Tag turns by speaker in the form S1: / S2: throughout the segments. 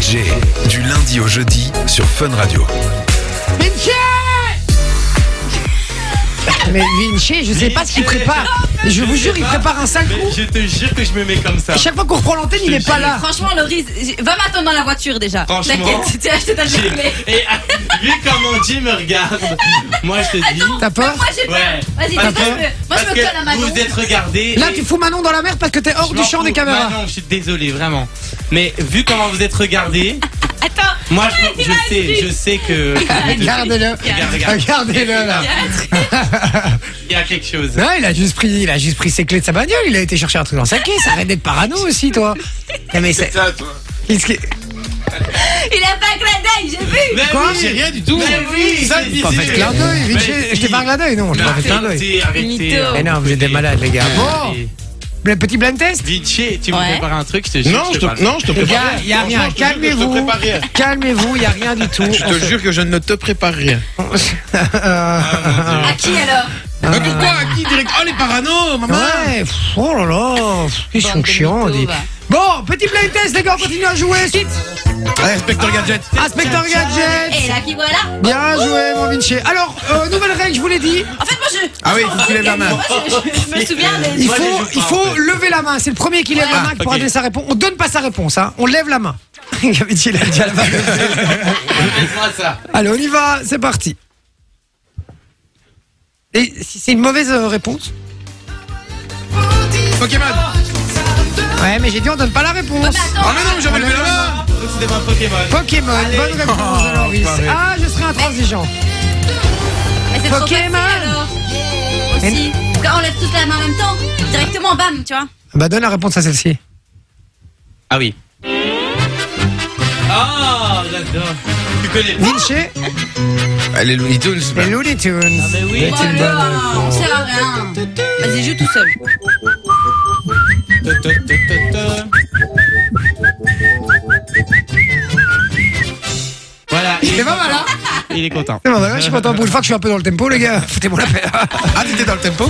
S1: Jay, du lundi au jeudi sur Fun Radio.
S2: Vinci! Mais Vinci, je sais pas ce qu'il prépare. Je vous jure, il prépare un sale coup.
S3: Je te jure que je me mets comme ça.
S2: Et chaque fois qu'on reprend l'antenne, il est pas là.
S4: Franchement, Loris, va m'attendre dans la voiture déjà.
S3: Franchement.
S4: T'inquiète, tu as acheté ta journée.
S3: Et vu comment Jay me regarde, moi je te dis.
S2: T'as peur?
S4: Moi j'ai peur.
S3: Ouais.
S4: Vas-y,
S3: Parce
S4: dis-toi,
S3: que-
S4: moi
S3: parce
S4: je me
S3: que
S4: colle à Manon.
S3: Vous êtes regardés.
S2: Là, tu fous Manon dans la merde parce que t'es hors du champ des caméras.
S3: Non, je suis désolé, vraiment. Mais vu comment vous êtes regardés,
S4: Attends.
S3: moi je sais que.
S2: Regardez-le.
S3: Regarde.
S2: Regardez-le là.
S3: Il y a quelque chose.
S2: Non, il a juste pris ses clés de sa bagnole. Il a été chercher un truc dans sa caisse. Arrête d'être parano aussi, toi. Non, mais c'est
S5: ça, toi.
S2: Qu'est-ce que-
S4: Il a pas un clin d'œil, j'ai vu.
S3: Mais
S2: Quoi?
S3: oui,
S5: J'ai rien du tout.
S3: Mais oui,
S5: Ça,
S3: c'est
S5: il
S2: Pas
S5: dit-
S2: fait de clin d'œil,
S3: Mais
S2: Vinci.
S3: si.
S2: Je t'ai pas un clin d'œil, non. Je t'ai pas fait de clin d'œil.
S4: Mytho.
S2: Mais non, vous êtes des malades, les gars. Bon, le petit blind test.
S3: Vinci, tu me
S4: Ouais.
S3: prépares un truc, je te jure.
S5: Non, je te
S2: Les
S5: prépare
S2: gars,
S5: rien.
S2: il y a rien.
S5: Franchement, je te jure que je te
S2: Calmez-vous.
S5: prépare rien.
S2: Calmez-vous, il y a rien du tout.
S5: Je te jure que je ne te prépare rien.
S4: À qui alors?
S5: Mais pourquoi? À qui direct? Oh, les parano, maman!
S2: Ouais, oh là là, ils sont
S4: Bande de
S2: chiants.
S4: mythos,
S2: dis.
S4: va.
S2: Bon, petit blind test, les gars, on continue à jouer.
S5: Allez, Inspecteur Gadget.
S2: Inspecteur
S4: Et
S2: Gadget.
S4: là, qui voilà?
S2: Bien joué, mon Vinci. Alors, nouvelle règle, je vous l'ai dit.
S4: En fait, moi je.
S5: Ah oui, il faut que tu lèves la main.
S4: Moi, je me souviens des.
S2: Il
S3: Moi, je joue pas,
S2: faut
S3: en fait.
S2: lever la main. C'est le premier qui lève la main qui pourra
S3: ok.
S2: donner sa réponse. On donne pas sa réponse, hein. On lève la main. Vinci, il a déjà la main.
S3: Fais-moi ça.
S2: Allez, on y va. C'est parti. Et si c'est une mauvaise réponse.
S5: Pokémon.
S2: Ouais, mais j'ai dit on donne pas la réponse.
S4: Bah, attends.
S5: Oh, mais non, mais j'avais levé la main.
S3: C'était ma Pokémon.
S2: Pokémon, bonne réponse de Loris.
S5: pareil.
S2: Ah, je serai intransigeant.
S4: Mais c'est trop facile
S2: Pokémon.
S4: alors. Aussi. Quand on lève tous la main en même temps, directement, bam, tu vois.
S2: Bah, donne la réponse à celle-ci.
S3: Ah oui. Ah, j'adore. Tu connais pas?
S2: Vinci,
S5: Elle est Looney Tunes.
S2: les Looney Tunes.
S3: Ah, mais oui.
S2: C'est une bonne
S4: Voilà, on
S2: réponse.
S4: sert à rien. Vas-y, joue tout seul.
S3: Voilà.
S2: C'est pas mal, hein?
S3: Il est content.
S2: C'est pas mal, hein, je suis content pour une fois que je suis un peu dans le tempo, les gars. Foutez-moi la paix.
S5: Ah, t'étais dans le tempo?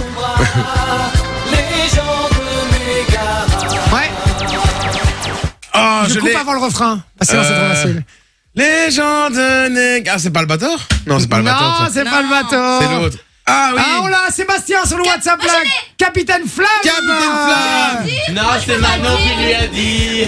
S2: Ouais,
S5: Oh,
S2: je
S5: je
S2: coupe
S5: l'ai.
S2: avant le refrain. Parce que sinon, c'est trop facile.
S5: Légende nègre. Ah, c'est pas le batteur? Non, c'est pas le batteur.
S2: Non,
S5: ça.
S2: c'est pas le bateau.
S5: C'est l'autre. Ah oui.
S2: Ah, on l'a, Sébastien sur le WhatsApp là. Capitaine Flamme.
S5: Capitaine Flamme.
S3: Non, c'est Manon qui lui a dit.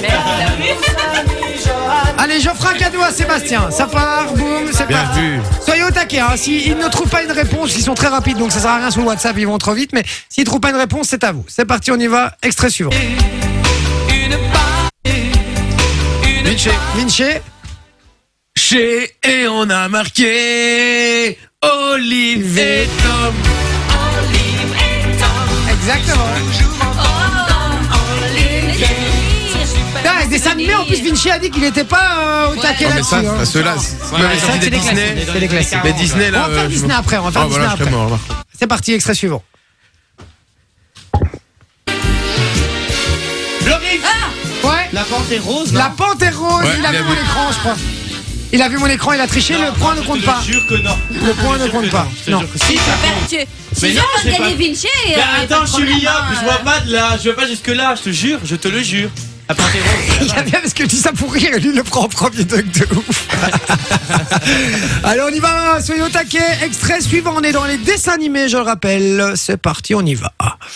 S2: Allez, j'offre un cadeau à Sébastien. Ça part, boum, c'est
S5: Bien
S2: parti.
S5: vu.
S2: Soyez au taquet, hein. S'ils ne trouvent pas une réponse, ils sont très rapides, donc ça sert à rien sur le WhatsApp, ils vont trop vite. Mais s'ils ne trouvent pas une réponse, c'est à vous. C'est parti, on y va. Extrait suivant.
S5: Vinci.
S2: Vinci.
S5: Chez et on a marqué Olive et Tom.
S2: Exactement. Ah, dessin animé, en plus, Vinci a dit qu'il n'était pas au taquet
S5: Non, mais
S2: là-dessus.
S5: ça,
S2: hein.
S5: ceux-là,
S2: ça,
S5: m'avez
S2: c'est
S5: sorti des
S2: des
S5: Disney.
S2: classiques. C'est des classiques.
S5: Mais Disney, là.
S2: On va faire Disney après, on va faire
S5: Oh, voilà,
S2: Disney
S5: je serais
S2: après.
S5: mort, là.
S2: C'est parti, extrait suivant.
S3: Loris.
S2: Ouais.
S3: La panthère rose, non?
S2: La panthère rose,
S5: Ouais,
S2: il a
S5: bien
S2: vu mon
S5: vu.
S2: écran, je crois. Il a vu mon écran, il a triché, le point ne compte pas.
S3: Je te jure que non.
S2: Le point ne compte pas.
S3: Je te
S2: Non.
S3: jure que si, ça compte.
S4: Si
S3: Mais
S4: je
S3: non,
S4: veux
S3: c'est
S4: gagner
S3: pas-
S4: Vinci.
S3: Mais attends, je suis Liam, je vois pas de là, je vois pas jusque là, je te jure, je te le jure. La panthère rose.
S2: Il y a bien parce que je dis ça pour rire et lui il le prend en premier truc de ouf. Allez, on y va, soyez au taquet. Extrait suivant, on est dans les dessins animés, je le rappelle. C'est parti, on y va.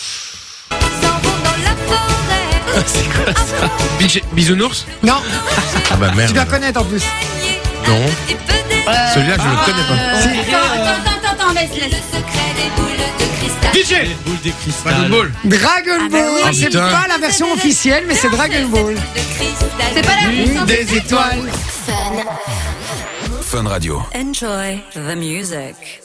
S5: Vinci. Bisounours?
S2: Non,
S5: Ah bah
S2: tu
S5: merde.
S2: dois connaître en plus.
S5: Non. Celui-là, je le connais pas.
S4: Attends, laisse.
S5: Vinci.
S3: Les boules de cristal.
S5: Dragon Ball.
S2: Dragon Ball,
S5: oui.
S2: c'est
S5: Putain.
S2: pas la version officielle, mais c'est Dragon Ball.
S4: C'est pas la même.
S2: Des étoiles.
S1: Fun Radio.
S6: Enjoy the music.